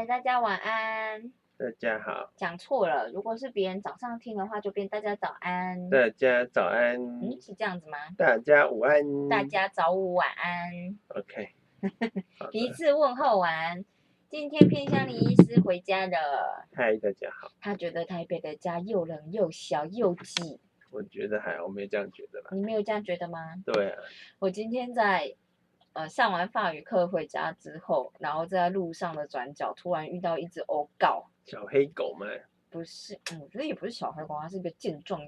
大家晚安。 大家好， 讲错了，如果是别人早上听的话，就变大家早安。 大家早安， 是这样子吗？ 大家午安， 大家早午晚安。 OK， 一次问候完。今天偏乡林医师回家了。 嗨，大家好。 他觉得台北的家又冷又小又挤。 我觉得还好，我没这样觉得啦。 你没有这样觉得吗？ 对啊。 我今天在上完法语课回家之后，然后在路上的转角突然遇到一只欧告。 小黑狗吗？ 不是，我觉得也不是小黑狗，它是一个健壮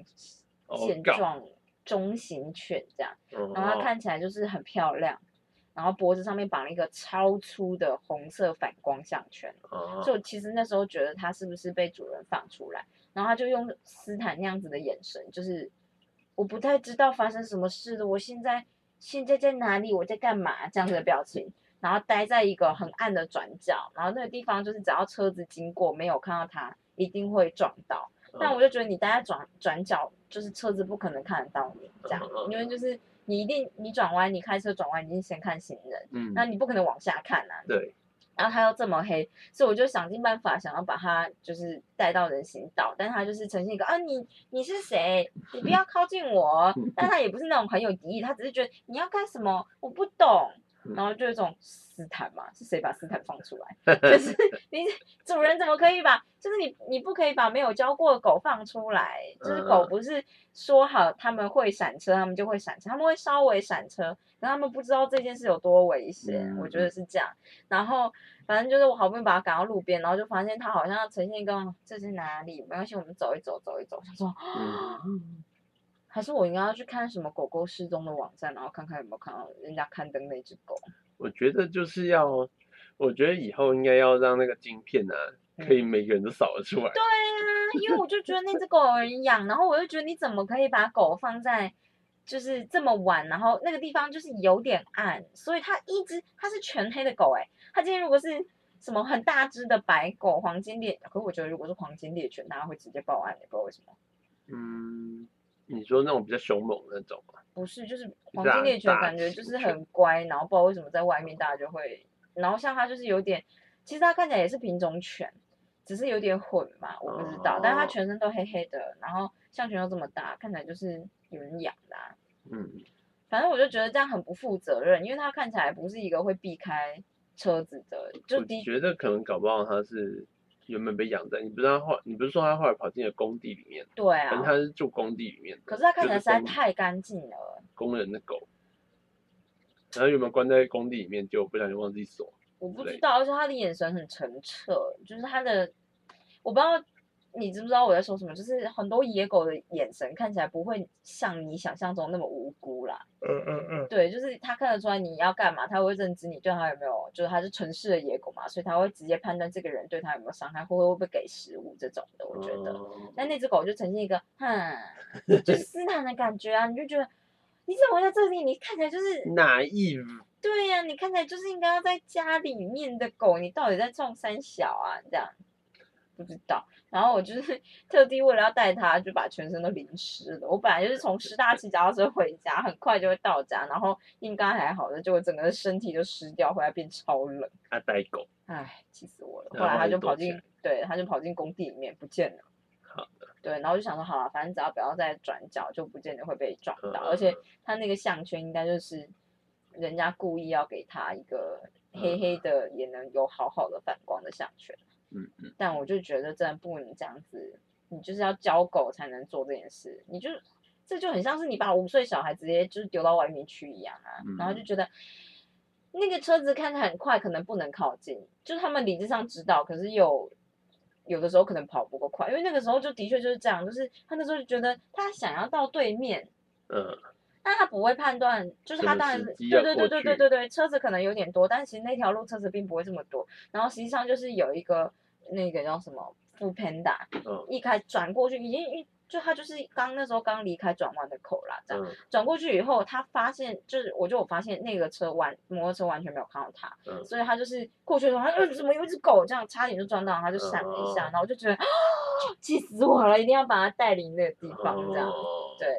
中型犬这样。然后它看起来就是很漂亮，然后脖子上面绑了一个超粗的红色反光项圈。所以我其实那时候觉得它是不是被主人放出来，然后他就用斯坦那样子的眼神，就是我不太知道发生什么事了，我现在在哪里，我在干嘛这样子的表情。然后待在一个很暗的转角，然后那个地方就是只要车子经过没有看到它，一定会撞到。但我就觉得你待在转角，就是车子不可能看得到你这样，因为就是你转弯，你开车转弯，你一定先看行人，那你不可能往下看啊。 对。 然后它又这么黑，所以我就想尽办法想要把它就是带到人行道，但它就是呈现一个你是谁？你不要靠近我。但它也不是那种很有敌意，它只是觉得你要干什么？我不懂。然后就有一种斯坦嘛，是谁把斯坦放出来？就是你主人怎么可以把，就是你不可以把没有教过的狗放出来。就是狗不是说好他们会闪车，他们就会闪车，他们会稍微闪车，可他们不知道这件事有多危险。我觉得是这样。然后反正就是我好不容易把它赶到路边，然后就发现它好像要呈现一个这是哪里？没关系，我们走一走。想说，还是我应该要去看什么狗狗失踪的网站，然后看看有没有看到人家刊登那只狗。 我觉得我觉得以后应该要让那个晶片啊，可以每个人都扫得出来。 对啊，因为我就觉得那只狗有人养，然后我就觉得你怎么可以把狗放在就是这么晚，然后那个地方就是有点暗，所以它是全黑的狗它今天如果是什么很大只的白狗黄金猎，可是我觉得如果是黄金猎犬，大家会直接报案，也不知道为什么。 你说那种比较凶猛的那种吗？ 不是，就是黄金猎犬感觉就是很乖，然后不知道为什么在外面大家就会，然后像它就是有点，其实它看起来也是品种犬，只是有点混嘛，我不知道，但是它全身都黑黑的，然后项圈又这么大，看起来就是有人养的反正我就觉得这样很不负责任，因为它看起来不是一个会避开车子的， 我觉得可能搞不好它是原本被养在，你不是说他后来跑进了工地里面？ 对啊， 可是他是住工地里面的。 可是他看起来实在太干净了。 工人的狗，然后原本关在工地里面，就不小心忘记锁。 我不知道，而且他的眼神很澄澈，就是他的，我不知道你知不知道我在说什么，就是很多野狗的眼神看起来不会像你想象中那么无辜啦。对，就是他看得出来你要干嘛，他会认知你对他有没有，就是他是城市的野狗嘛，所以他会直接判断这个人对他有没有伤害，或会不会给食物这种的，我觉得。但那只狗就呈现一个就是斯坦的感觉啊，你就觉得你怎么会在这里？你看起来就是 naive。 对呀，你看起来就是应该要在家里面的狗，你到底在冲三小啊？这样不知道。然后我就是特地为了要带它，就把全身都淋湿了。我本来就是从师大骑脚踏车回家，很快就会到家，然后应该还好的，结果整个身体就湿掉，回来变超冷。 呆狗， 气死我了！后来他就跑进工地里面不见了。 好的。 对，然后就想说，好了，反正只要不要再转角，就不见得会被撞到。而且他那个项圈应该就是人家故意要给他一个黑黑的，也能有好好的反光的项圈。但我就觉得真的不能这样子，你就是要教狗才能做这件事。这就很像是你把5岁小孩直接就是丢到外面去一样啊。然后就觉得那个车子看起来很快，可能不能靠近，就是他们理智上知道，可是有的时候可能跑不够快，因为那个时候就的确就是这样，就是他那时候就觉得他想要到对面，但他不会判断，就是他当然是对，车子可能有点多，但其实那条路车子并不会这么多。然后实际上就是有一个那个叫什么Food Panda，一开转过去已经就他就是那时候刚离开转弯的口啦，这样转过去以后，他发现就是我发现那个摩托车完全没有看到他，所以他就是过去的时候，他怎么有一只狗这样差点就撞到，他就闪了一下，然后我就觉得气死我了，一定要把他带离那个地方这样，对。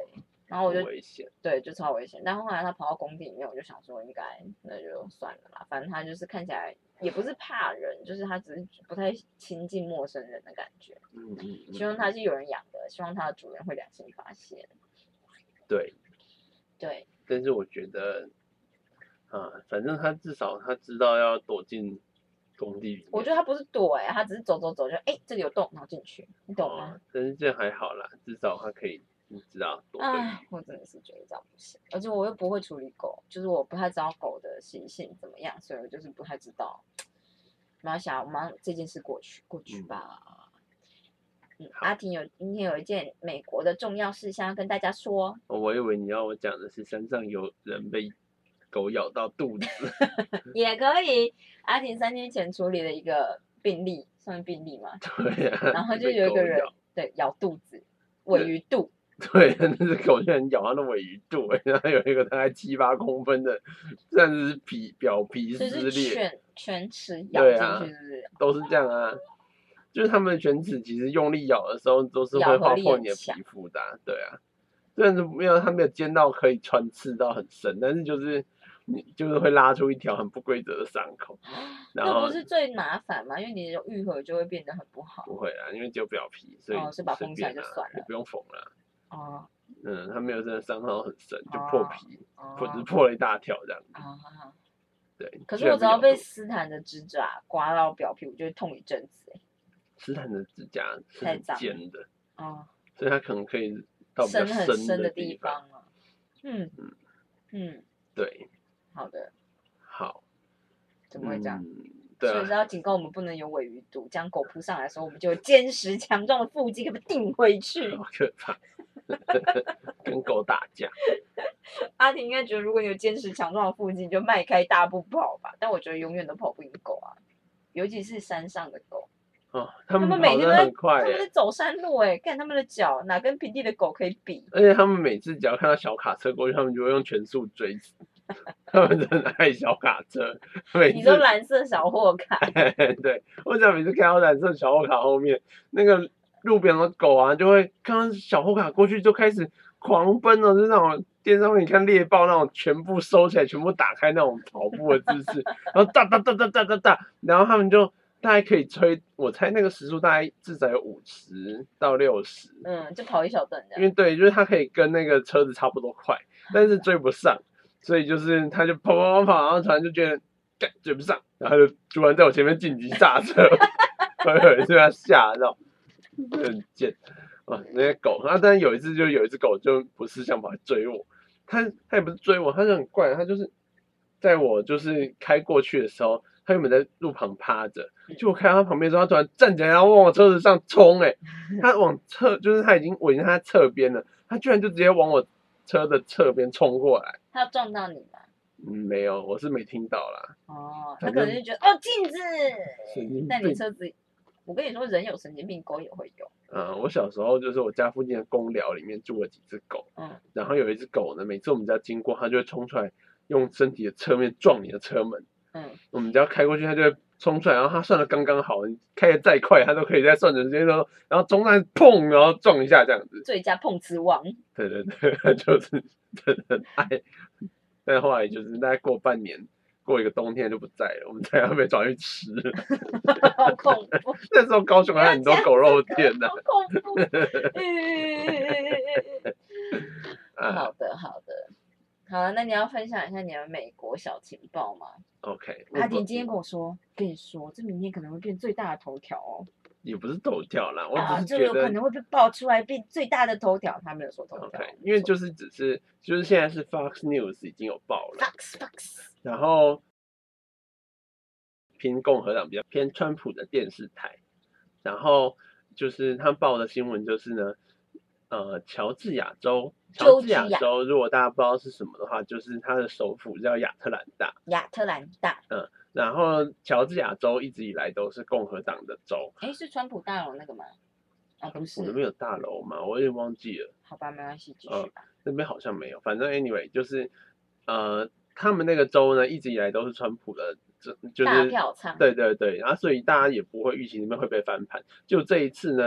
然后我就危险， 对，就超危险。但后来他跑到工地里面，我就想说应该那就算了啦，反正他就是看起来也不是怕人，就是他只是不太亲近陌生人的感觉。希望他是有人养的，希望他的主人会良心发现。 对。 对。 但是我觉得，反正他至少他知道要躲进工地里面。 我觉得他不是躲他只是走就这里有洞，然后进去，你懂吗？ 但是这样还好啦，至少他可以你知道躲得远。 我真的是觉得这样不行，而且我又不会处理狗，就是我不太知道狗的习性怎么样，所以我就是不太知道。马上我们让这件事过去吧。阿婷今天有一件美国的重要事项要跟大家说。 我以为你要我讲的是山上有人被狗咬到肚子。 也可以。阿婷3天前处理了一个病例，算病例吗？ 对啊。 然后就有一个人对咬肚子，尾鱼肚。 对，那只狗居然咬它的尾鱼肚，然后有一个大概7、8公分的，甚至是表皮撕裂。 是犬齿咬进去，是不是？ 都是这样啊。就是他们的犬齿其实用力咬的时候，都是会划破你的皮肤的。对啊，虽然是它没有尖到可以穿刺到很深，但是就是你就是会拉出一条很不规则的伤口。 那不是最麻烦吗？因为你的愈合就会变得很不好。 不会啦，因为只有表皮，所以是把封起来就算了， 也不用缝了。它没有真的伤到很深，就破皮，只是破了一大条这样子。对。 可是我只要被斯坦的指甲刮到表皮，我就会痛一阵子。 斯坦的指甲是很尖的，所以它可能可以到比较深的地方。对。 好的。 好。 怎么会这样？ 对啊。 所以是要警告我们不能有尾鱼肚，将狗扑上来的时候，我们就有坚实强壮的腹肌，给它顶回去。 好可怕。跟狗打架。 阿婷应该觉得，如果你有坚实强壮的腹肌，你就迈开大步跑吧。但我觉得永远都跑不赢狗啊，尤其是山上的狗。 他们每天都很快， 他们在走山路看他们的脚哪跟平地的狗可以比？ 而且他们每次只要看到小卡车过去，他们就会用全速追死。他们真的爱小卡车。 你说蓝色小货卡？ 对，我只要每次看到蓝色小货卡后面，那个路边的狗啊，就会看到小货卡过去就开始狂奔就是那种电视上面你看猎豹那种全部收起来、全部打开那种跑步的姿势，然后哒哒哒哒哒哒哒，然后他们就大概可以吹，我猜那个时速大概至少有50到60。 就跑一小段这样。 因为对，就是它可以跟那个车子差不多快，但是追不上，所以就是他就跑，然后突然就觉得追不上，然后就突然在我前面紧急刹车，我有一次被他吓到，很贱。那些狗，但是有一只狗就不是想跑来追我，它也不是追我，它是很怪，它就是在我就是开过去的时候，它原本在路旁趴着，就我开到它旁边的时候，它突然站起来，然后往我车子上冲，它往侧，就是它已经在它侧边了，它居然就直接往我车的侧边冲过来。 它要撞到你吗？ 没有，我是没听到啦。 它可能就觉得镜子，但你车子。我跟你说，人有神经病，狗也会有。 我小时候就是我家附近的公寮里面住了几只狗，然后有一只狗呢，每次我们家经过，它就会冲出来，用身体的侧面撞你的车门。我们只要开过去，它就会冲出来，然后它算的刚刚好，你开的再快，它都可以在算准时间然后中间砰，然后撞一下这样子。 最佳碰瓷王。 对，它就是真的很爱。但后来就是大概过半年。过一个冬天就不在了，我们才要被抓去吃。 好恐怖！ 那时候高雄还有很多狗肉店呢。 好恐怖！好的。好了，那你要分享一下你的美国小情报吗 ？OK。 阿婷今天跟你说，这明天可能会变最大的头条哦。 也不是头条啦，我只是觉得有可能会被爆出来变最大的头条，他没有说头条。 Okay, 因为就是现在是 Fox News 已经有报了。 Fox。 然后偏共和党比较偏川普的电视台，然后就是他报的新闻就是呢，乔治亚州，如果大家不知道是什么的话，就是它的首府叫亚特兰大。然后乔治亚州一直以来都是共和党的州。 是川普大楼那个吗？不是。 那边有大楼吗？我有点忘记了。 好吧，没关系，继续吧。 那边好像没有，反正 anyway 就是他们那个州呢，一直以来都是川普的，就是大票仓。 对，然后所以大家也不会预期那边会被翻盘。就这一次呢，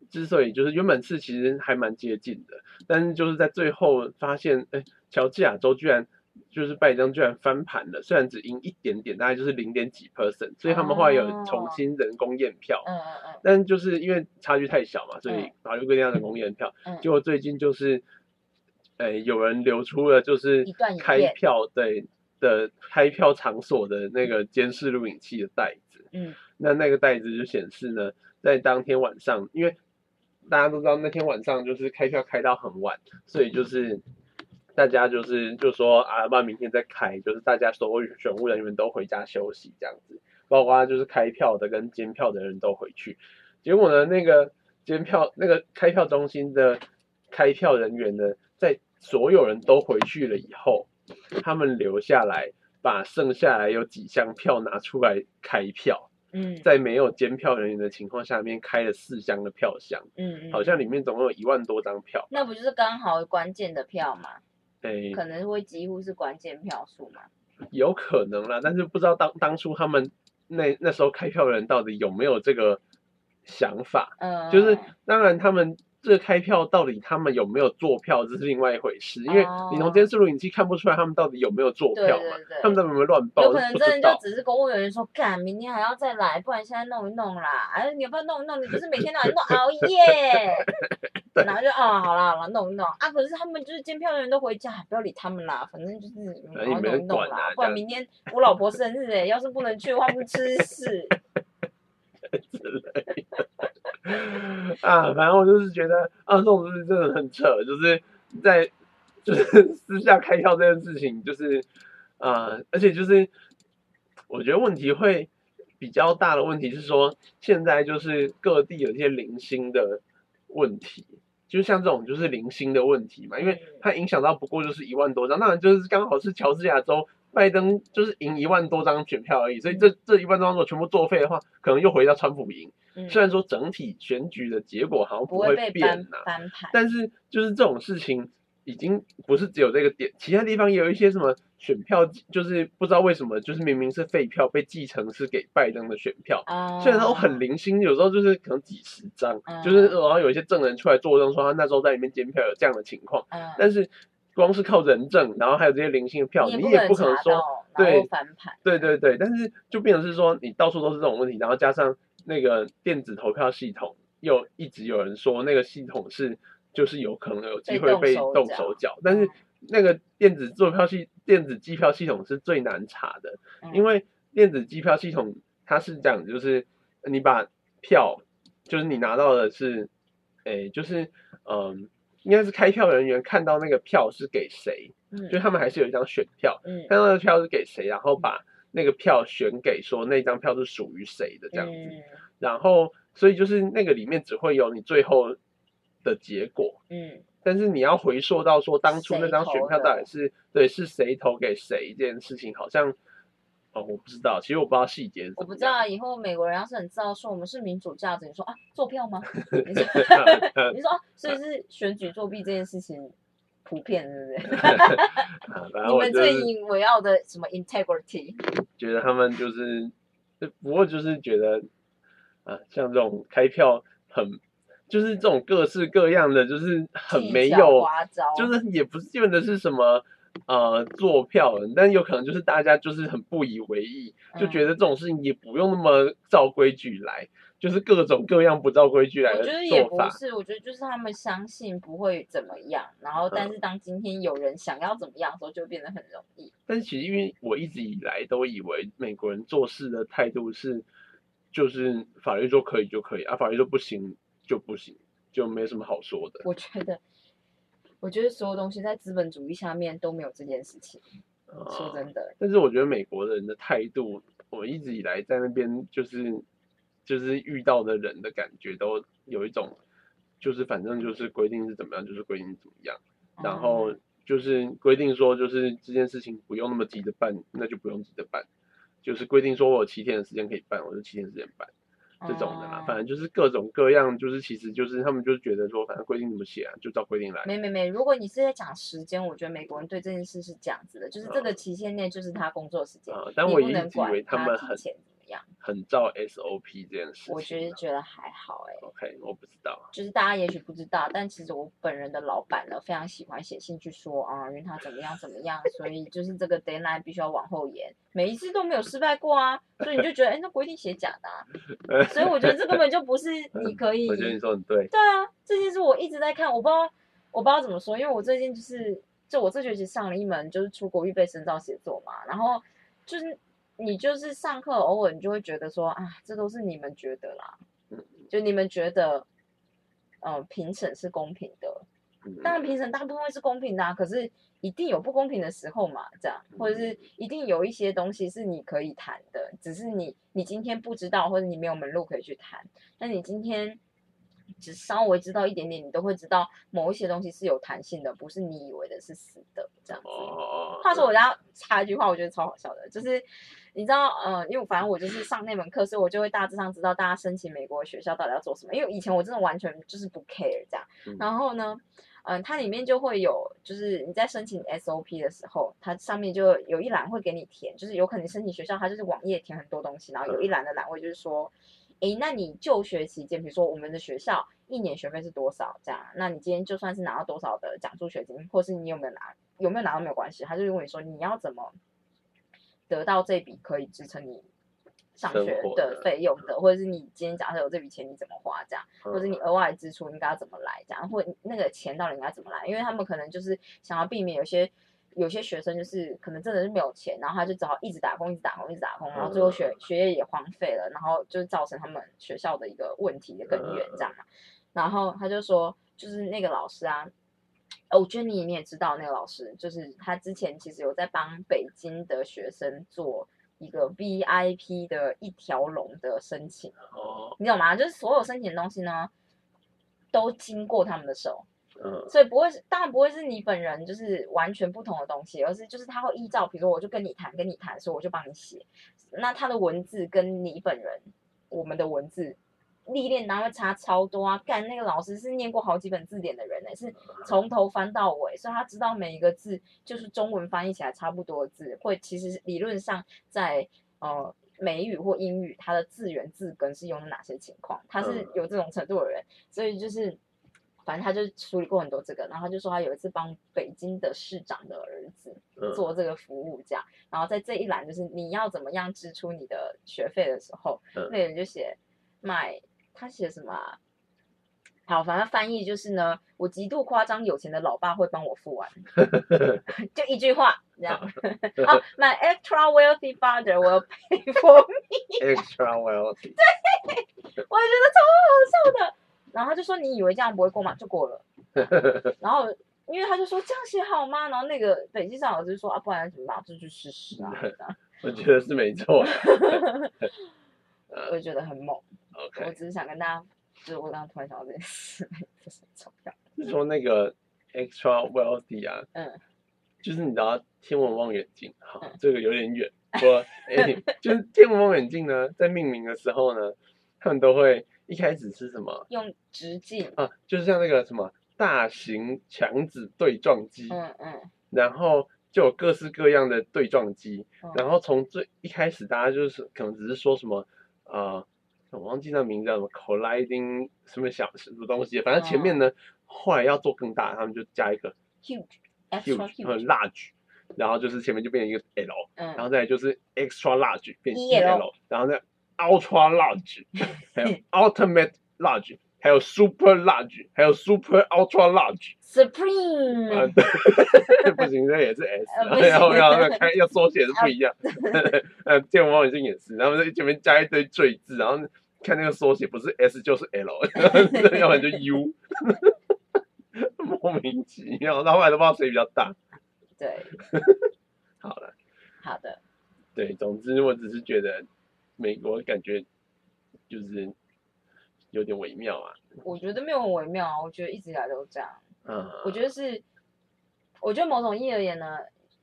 之所以就是原本是其实还蛮接近的，但是就是在最后发现，乔治亚州居然就是拜登居然翻盘了，虽然只赢一点点，大概就是0点几%，所以他们后来有重新人工验票，但就是因为差距太小嘛，所以法律规定要人工验票，结果最近就是，有人流出了就是开票的开票场所的那个监视录影器的袋子，那个袋子就显示呢，在当天晚上，因为大家都知道那天晚上就是开票开到很晚，所以就是大家就说啊，不然明天再开，就是大家所有选务人员都回家休息这样子，包括就是开票的跟监票的人都回去。结果呢，那个开票中心的开票人员呢，在所有人都回去了以后，他们留下来把剩下来有几箱票拿出来开票。在没有监票人员的情况下面开了4箱的票箱，好像里面总共有1万多张票。 那不就是刚好关键的票吗？可能会几乎是关键票数嘛。 有可能啦，但是不知道当初他们那时候开票的人到底有没有这个想法。就是当然他们这个开票到底他们有没有做票，这是另外一回事，因为你从监视录影器看不出来他们到底有没有做票嘛，他们到底有没有乱报， 有可能真的就只是公务人员说，干，明天还要再来，不然现在弄一弄啦，你要不要弄一弄？你不是每天都在熬夜，然后就好啦，弄一弄啊。可是他们就是监票人员都回家，不要理他们啦，反正就是弄一弄啦，不然明天我老婆生日要是不能去的话，不吃屎。 之类的反正我就是觉得这种事真的很扯，就是在私下开票这件事情，就是而且就是我觉得问题会比较大的问题是说，现在就是各地有一些零星的问题，就像这种就是零星的问题嘛，因为它影响到不过就是1万多张，当然就是刚好是乔治亚州。拜登就是赢1万多张选票而已，所以这1万多张如果全部作废的话，可能又回到川普赢。虽然说整体选举的结果好像不会变但是就是这种事情已经不是只有这个点，其他地方也有一些什么选票，就是不知道为什么，就是明明是废票被继承是给拜登的选票，虽然都很零星，有时候就是可能几十张，就是然后有一些证人出来作证说他那时候在里面监票有这样的情况，但是。光是靠人证，然后还有这些零星的票，你也不可能说对对，但是就变成是说你到处都是这种问题，然后加上那个电子投票系统，又一直有人说那个系统就是有可能有机会被动手脚，但是那个电子计票系统是最难查的，因为电子计票系统它是这样，就是你把票，就是你拿到的是，就是应该是开票人员看到那个票是给谁，就他们还是有一张选票，看到那个票是给谁，然后把那个票选给说那张票是属于谁的这样子，然后所以就是那个里面只会有你最后的结果，但是你要回溯到说当初那张选票到底是谁投给谁这件事情，好像我不知道，其实我不知道细节。 我不知道以后美国人要是很知道说我们是民主价值，你说做票吗？你说所以是选举作弊这件事情普遍，对不对？你们最引为傲的什么 integrity？ 觉得他们就是，不过就是觉得像这种开票就是这种各式各样的，就是很没有，就是也不是基本的是什么。做票人，但有可能就是大家就是很不以为意，就觉得这种事情也不用那么照规矩来，就是各种各样不照规矩来的做法。 我觉得也不是，我觉得就是他们相信不会怎么样，然后但是当今天有人想要怎么样的时候，就变得很容易。 但是其实因为我一直以来都以为美国人做事的态度是，就是法律说可以就可以，法律说不行就不行，就没什么好说的。 我觉得所有东西在资本主义下面都没有这件事情，说真的。 但是我觉得美国人的态度，我一直以来在那边就是遇到的人的感觉都有一种，就是反正就是规定是怎么样，就是规定怎么样，然后就是规定说就是这件事情不用那么急着办，那就不用急着办，就是规定说我有7天的时间可以办，我就7天时间办。这种的啦，反正就是各种各样，就是其实就是他们就是觉得说，反正规定怎么写就照规定来。 没，如果你是在讲时间，我觉得美国人对这件事是这样子的，就是这个期限内就是他工作时间， 但我一直以为他们很照 SOP 这件事情？ 我觉得还好 OK， 我不知道。 就是大家也许不知道，但其实我本人的老板呢，非常喜欢写信去说啊，因为他怎么样怎么样，所以就是这个 deadline 必须要往后延，每一次都没有失败过啊，所以你就觉得，那不一定写假的啊，所以我觉得这根本就不是你可以。 我觉得你说很对。 对啊，这件事我一直在看，我不知道怎么说，因为我最近就我这学期上了一门就是出国预备深造写作嘛，然后就是你就是上课偶尔你就会觉得说啊，这都是你们觉得啦，就你们觉得，评审是公平的，当然评审大部分会是公平的啊，可是一定有不公平的时候嘛，这样，或者是一定有一些东西是你可以谈的，只是你今天不知道，或者你没有门路可以去谈，那你今天只稍微知道一点点，你都会知道某一些东西是有弹性的，不是你以为的是死的这样子。话说我要插一句话，我觉得超好笑的，就是你知道，因为反正我就是上那门课，所以我就会大致上知道大家申请美国学校到底要做什么。因为以前我真的完全就是不 care 这样。然后呢，它里面就会有，就是你在申请 SOP 的时候，它上面就有一栏会给你填，就是有可能申请学校，它就是网页填很多东西，然后有一栏的栏位就是说，那你就学期间，比如说我们的学校1年学费是多少这样，那你今天就算是拿到多少的奖助学金，或是你有没有拿到没有关系，他就问你说你要怎么得到这笔可以支撑你上学的费用的，或者是你今天假设有这笔钱你怎么花这样，或者你额外支出应该要怎么来这样，或者那个钱到底应该怎么来，因为他们可能就是想要避免有些学生就是可能真的是没有钱，然后他就只好一直打工，然后最后学业也荒废了，然后就造成他们学校的一个问题的根源这样嘛。然后他就说，就是那个老师啊，我觉得你也知道那个老师，就是他之前其实有在帮北京的学生做一个 VIP 的一条龙的申请，你懂吗？就是所有申请的东西呢，都经过他们的手。所以当然不会是你本人就是完全不同的东西，而是就是他会依照，比如说我就跟你谈，所以我就帮你写。那他的文字跟你本人我们的文字历练当然会差超多啊！干那个老师是念过好几本字典的人呢，是从头翻到尾，所以他知道每一个字就是中文翻译起来差不多的字，会其实理论上在美语或英语它的字源字根是用哪些情况，他是有这种程度的人，所以就是。反正他就处理过很多这个，然后他就说他有一次帮北京的市长的儿子做这个服务，这样，然后在这一栏就是你要怎么样支出你的学费的时候，那人就写他写什么啊？好，反正翻译就是呢，我极度夸张有钱的老爸会帮我付完，就一句话这样。My extra wealthy father will pay for me. Extra wealthy. 对，我也觉得超好笑的。然后他就说：“你以为这样不会过吗？就过了。”然后因为他就说：“这样写好吗？”然后那个北京上老师就说：“啊，不然怎么办？这就事实啊。” 我觉得是没错。 我觉得很猛。 OK， 我只是想跟大家，就是我刚刚突然想到这件事，这是很重要。 是说那个 extra wealthy 啊，就是你知道天文望远镜，好，这个有点远。就是天文望远镜呢，在命名的时候呢，他们都会一开始是什么？ 用直径啊，就是像那个什么大型强子对撞机，然后就有各式各样的对撞机，然后从最一开始大家就是可能只是说什么我忘记那名字叫什么 colliding 什么东西，反正前面呢，后来要做更大，他们就加一个 huge 很 large， 然后就是前面就变成一个 L，然后再来就是 extra large 变成 EL， 然后呢 ultra large， 还有 ultimate large， 还有 super large， 还有 super ultra large。Supreme。不行，这也是 S， 然后要缩写是不一样。天文望远镜也是，然后在前面加一堆赘字，然后看那个缩写不是 S 就是 L， 要不然就 U， 莫名其妙，然后后来都不知道谁比较大。 对， 好了， 好的， 对，总之我只是觉得美国感觉就是有点微妙啊。 我觉得没有很微妙啊，我觉得一直以来都这样。我觉得某种意义而言呢，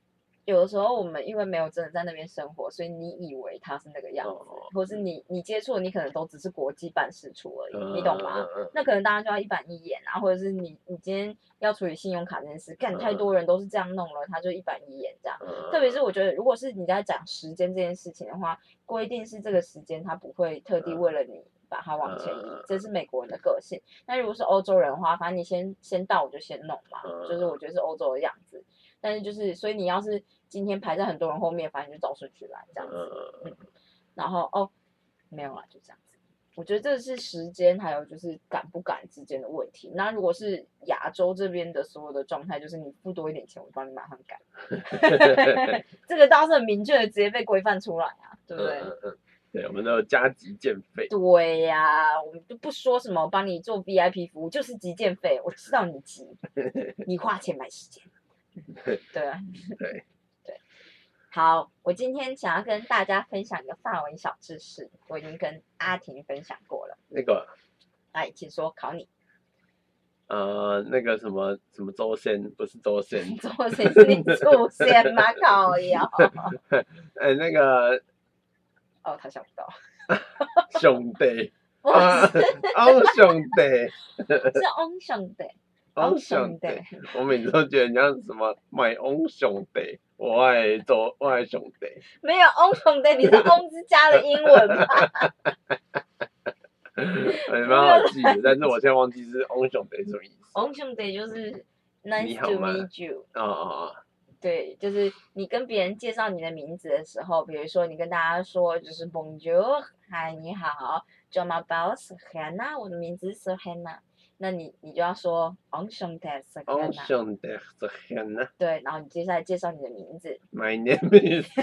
有的时候我们因为没有真的在那边生活，所以你以为它是那个样子，或是你接触的你可能都只是国际办事处而已，你懂吗？那可能大家就要一板一眼啊，或者是你今天要处理信用卡这件事，干太多人都是这样弄了，他就一板一眼这样。特别是我觉得，如果是你在讲时间这件事情的话，规定是这个时间，他不会特地为了你把它往前移，这是美国人的个性。那如果是欧洲人的话，反正你先到我就先弄嘛，就是我觉得是欧洲的样子。但是就是，所以你要是今天排在很多人后面，反正就照顺序来这样子。然后没有啦，就这样子。我觉得这是时间还有就是赶不赶之间的问题。那如果是亚洲这边的所有的状态，就是你付多一点钱，我帮你马上赶。这个倒是很明确的直接被规范出来啊，对不对？ 对，我们都有加急件费。 对呀，我们就不说什么帮你做 VIP 服务，就是急件费。我知道你急，你花钱买时间。对啊， 对。 好，我今天想要跟大家分享一个法文小知识，我已经跟阿婷分享过了。 那个， 来，请说，考你。 那个什么周先，不是周先， 周先是你祖先吗？靠腰。 那个， 他想不到。 兄弟， 翁兄弟， 是翁兄弟。 翁兄弟，我每次都觉得你像什么买翁兄弟，我爱兄弟。没有翁兄弟，你是翁之家的英文吗？ 蛮好记的，但是我现在忘记是翁兄弟什么意思。 翁兄弟就是 nice to meet you。对，就是你跟别人介绍你的名字的时候，比如说你跟大家说就是 Bonjour， 嗨，你好 ，Je m'appelle Hannah， 我的名字是 Hannah。那你就要说 Enchanté， Enchanté， Hannah。 对，然后你接下来介绍你的名字。 My name is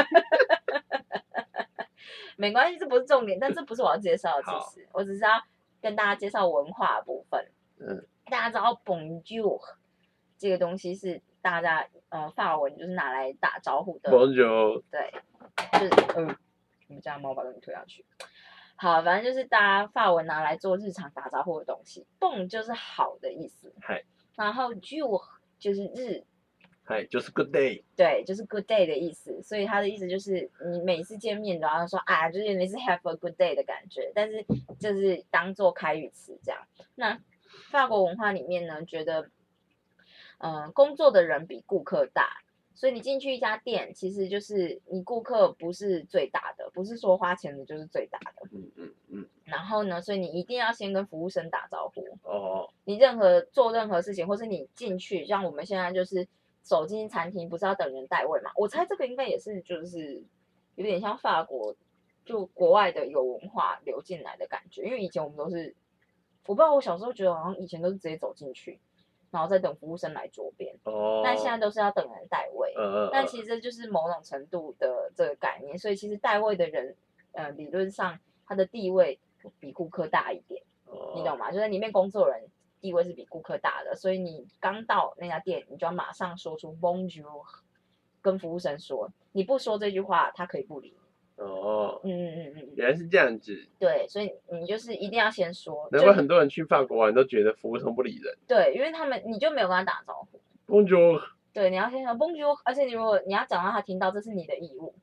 没关系，这不是重点，但这不是我要介绍的知识，我只是要跟大家介绍文化的部分。大家知道 Bonjour 这个东西是大家法文就是拿来打招呼的。 Bonjour。 对，就是我们家猫把东西推下去。好，反正就是大家法文拿来做日常打招呼的东西。bon 就是好的意思，然后 jour 就是日， 就是 good day。 对，就是 good day 的意思。所以它的意思就是你每次见面都要说啊，就是你是 have a good day 的感觉，但是就是当做开语词这样。那法国文化里面呢，觉得工作的人比顾客大。所以你进去一家店，其实就是你顾客不是最大的，不是说花钱的就是最大的。然后呢，所以你一定要先跟服务生打招呼。你做任何事情，或是你进去，像我们现在就是走进餐厅，不是要等人带位嘛？我猜这个应该也是就是有点像法国，就国外的一个文化流进来的感觉。因为以前我们都是，我不知道，我小时候觉得好像以前都是直接走进去。然后再等服务生来桌边，但现在都是要等人带位，但其实这就是某种程度的这个概念，所以其实带位的人，理论上他的地位比顾客大一点，你懂吗？就在里面工作人地位是比顾客大的，所以你刚到那家店，你就要马上说出 Bonjour， 跟服务生说，你不说这句话，他可以不理你。 原来是这样子。 对，所以你就是一定要先说。 难怪很多人去法国玩都觉得服务生不理人。 对，因为你就没有跟他打招呼。 Bonjour。 对，你要先说 Bonjour， 而且如果你要讲到他听到，这是你的义务。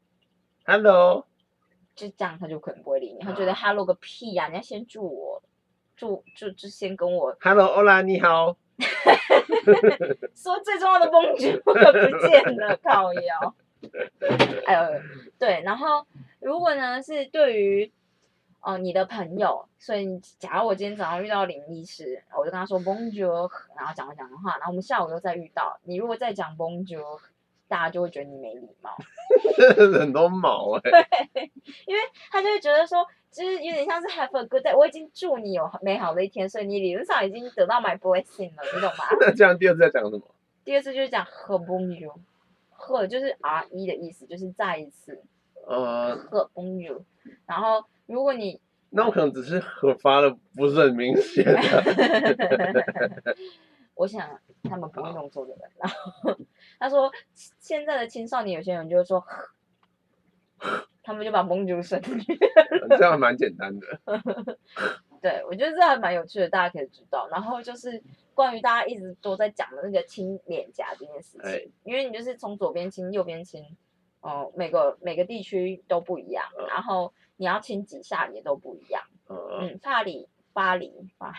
Hello。 就这样，他就可能不会理你，他觉得 Hello 个屁呀，你要先祝我，就先跟我 Hello，Hola， 你好。 说最重要的 Bonjour 不见了，靠腰。对，然后如果呢是对于你的朋友，所以假如我今天早上遇到林医师，我就跟他说 Bonjour， 然后讲的话，然后我们下午又再遇到你，如果再讲 Bonjour， 大家就会觉得你没礼貌。 很多毛对，因为他就会觉得说，就是有点像是 have a good day， 我已经祝你有美好的一天，所以你理论上已经得到 my blessing 了，你懂吗？ 那这样第二次在讲什么？ 第二次就是讲 her Bonjour， her 就是 R1 的意思，就是再一次。her Bonjour， 然后如果你那我可能只是核发的不是很明显我想他们不会弄错的人。然后他说现在的青少年有些人就会说他们就把 Bonjour 省略。 这样蛮简单的。 对，我觉得这还蛮有趣的，大家可以知道。然后就是关于大家一直都在讲的那个亲脸颊这件事情，因为你就是从左边亲、右边亲，每个地区都不一样，然后你要亲几下也都不一样。巴黎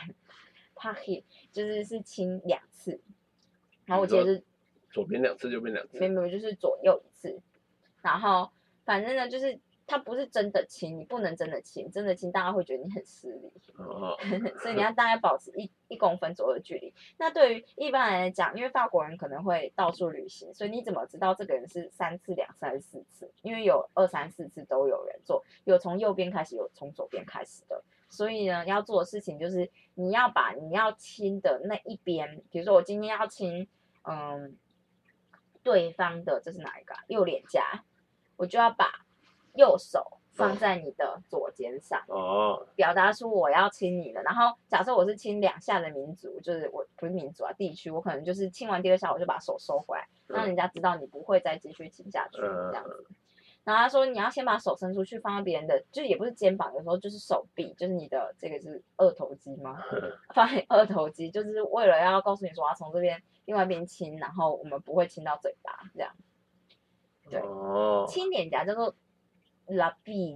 就是亲2次，然后我记得是左边2次，右边2次， 没有，就是左右1次，然后反正呢就是它不是真的亲，你不能真的亲，真的亲大家会觉得你很失礼，所以你要大概保持1公分左右的距离。那对于一般人来讲，因为法国人可能会到处旅行，所以你怎么知道这个人是3次、2次还是4次？因为有2、3、4次都有人做，有从右边开始，有从左边开始的。所以呢，要做的事情就是你要把你要亲的那一边，比如说我今天要亲，对方的这是哪一个右脸颊，我就要把右手放在你的左肩上，表达出我要亲你了。然后假设我是亲2下的民族，就是我不是民族啊，地区，我可能就是亲完第2下我就把手收回来，让人家知道你不会再继续亲下去这样子。然后他说你要先把手伸出去放在别人的，就也不是肩膀，有时候就是手臂，就是你的这个是二头肌吗？放在二头肌，就是为了要告诉你说要从这边另外一边亲，然后我们不会亲到嘴巴这样。对，亲脸颊叫做 la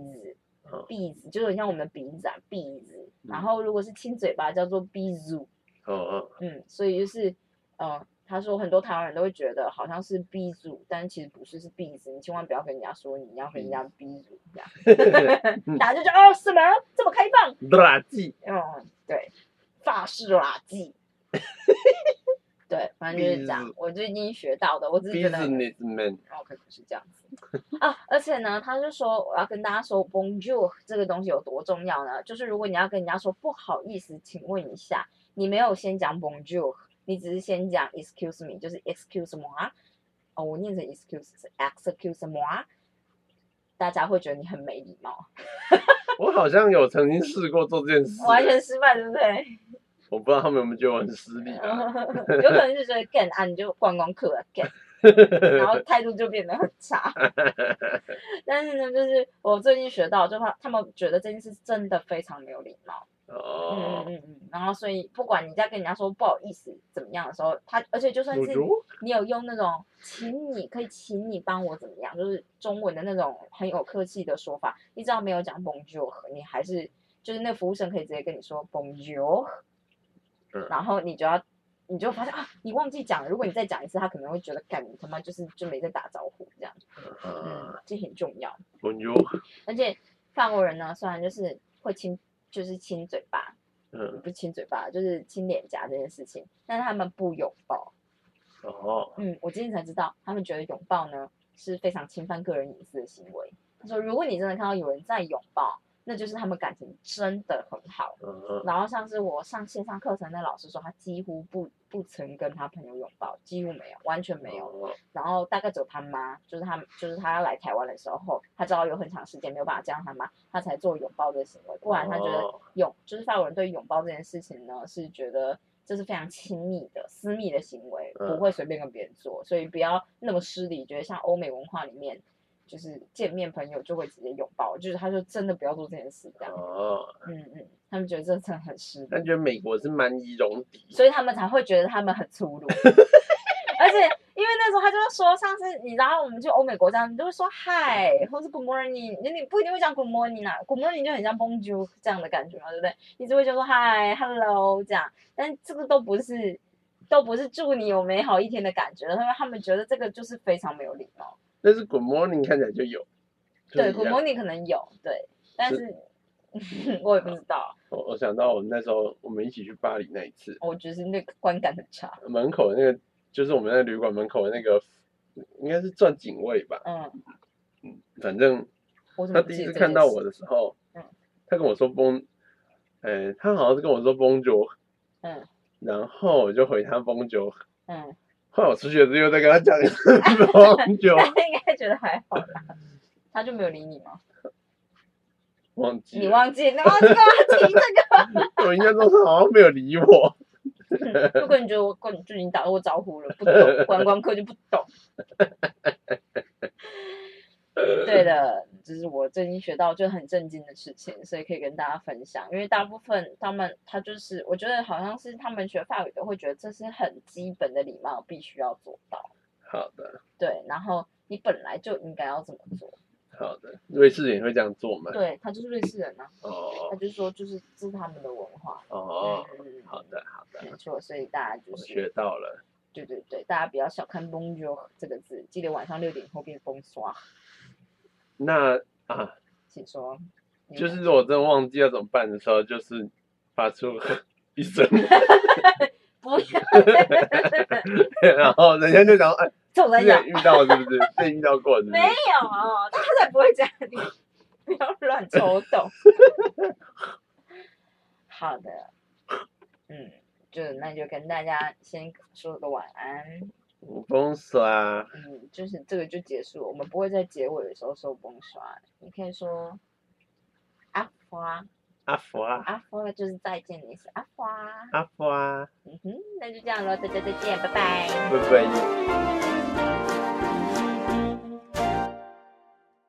bise，bise 就是很像我们的鼻子啊，鼻子。然后如果是亲嘴巴叫做 bisou，所以就是他说很多台湾人都会觉得好像是 bisou， 但其实不是，是 bise。你千万不要跟人家说你要跟人家 bisou这样，大家就觉得什么这么开放？ 垃圾。 对，法式垃圾。对，反正就是这样。我最近学到的，我只是觉得可能是这样子啊。而且呢，他就说我要跟大家说 bonjour 这个东西有多重要呢？就是如果你要跟人家说不好意思，请问一下，你没有先讲 bonjour， 你只是先讲 excuse me， 就是 excuse moi。我念成 excuse 是 excuse moi， 大家会觉得你很没礼貌。 我好像有曾经试过做这件事， 完全失败，对不对？ 我不知道他们有没有觉得我很失礼啊？ 有可能是觉得 干啊，你就观光客啊干，然后态度就变得很差。但是呢，就是我最近学到，就他们觉得这件事真的非常没有礼貌。然后所以不管你在跟人家说不好意思怎么样的时候，而且就算是你有用那种可以请你帮我怎么样，就是中文的那种很有客气的说法，你只要没有讲 bonjour， 你还是就是那服务生可以直接跟你说 bonjour。然后你就发现啊，你忘记讲了。如果你再讲一次，他可能会觉得，干你他妈就没在打招呼这样。这很重要。而且法国人呢，虽然就是会亲嘴巴，不是亲嘴巴，就是亲脸颊这件事情，但是他们不拥抱。我今天才知道，他们觉得拥抱呢是非常侵犯个人隐私的行为。他说，如果你真的看到有人在拥抱，那就是他们感情真的很好。然后像是我上线上课程的老师说，他几乎不曾跟他朋友拥抱，几乎没有，完全没有。然后大概只有他妈，就是他要来台湾的时候，他知道有很长时间没有办法见到他妈，他才做拥抱这个行为。不然他觉得就是法国人对拥抱这件事情呢，是觉得这是非常亲密的私密的行为，不会随便跟别人做，所以不要那么失礼，觉得像欧美文化里面。就是见面朋友就会直接拥抱，就是他说真的不要做这件事这样。他们觉得这真的很失礼。 他觉得美国是蛮夷容敌， 所以他们才会觉得他们很粗鲁。而且因为那时候他就说，上次你知道我们去欧美国家，你都会说嗨，或是 good morning， 你不一定会讲 good morning 啊 ，good morning 就很像 bonjour 这样的感觉嘛，对不对？你只会就说嗨 hello 这样，但这个都不是祝你有美好一天的感觉，因为他们觉得这个就是非常没有礼貌。 但是 Good Morning 看起来就有， 对 Good Morning 可能有，对，但是我也不知道。 我想到我那时候我们一起去巴黎那一次， 我觉得那个观感很差。 门口那个就是我们那旅馆门口的那个，应该是算警卫吧。反正他第一次看到我的时候，他跟我说他好像是跟我说 Bonjour，然后我就回他 Bonjour，后来我出去的时候又再跟他讲一次 Bonjour， 他应该觉得还好啦，他就没有理你吗？ 忘记了， 你忘记，然后你干嘛提这个？我印象中他好像没有理我。 如果你觉得我跟你就已经打过招呼了，不懂观光客就不懂。对的， 就是我最近学到就很震惊的事情，所以可以跟大家分享。因为大部分他就是我觉得好像是他们学法语的会觉得这是很基本的礼貌，必须要做到。 好的。 对，然后你本来就应该要这么做。 好的，瑞士人也会这样做吗？ 对，他就是瑞士人啊。 哦。 他就说这是他们的文化。 哦。好的好的。 没错，所以大家就是。 我学到了。 对对对，大家不要小看 bonjour 这个字，记得晚上6点后变 bonsoir。 那啊， 请说。 就是如果真的忘记要怎么办的时候，就是发出一声， 不要， 然后人家就讲，哎， 之前遇到是不是？之前遇到过是不是？ 没有，他才不会这样，你不要乱抽动。好的，那就跟大家先说个晚安。 崩刷。 就是这个就结束了，我们不会在结尾的时候说崩刷，你可以说阿花。 阿花。 阿花就是再见的意思，阿花。 阿花。 那就这样咯，大家再见，拜拜。 拜拜。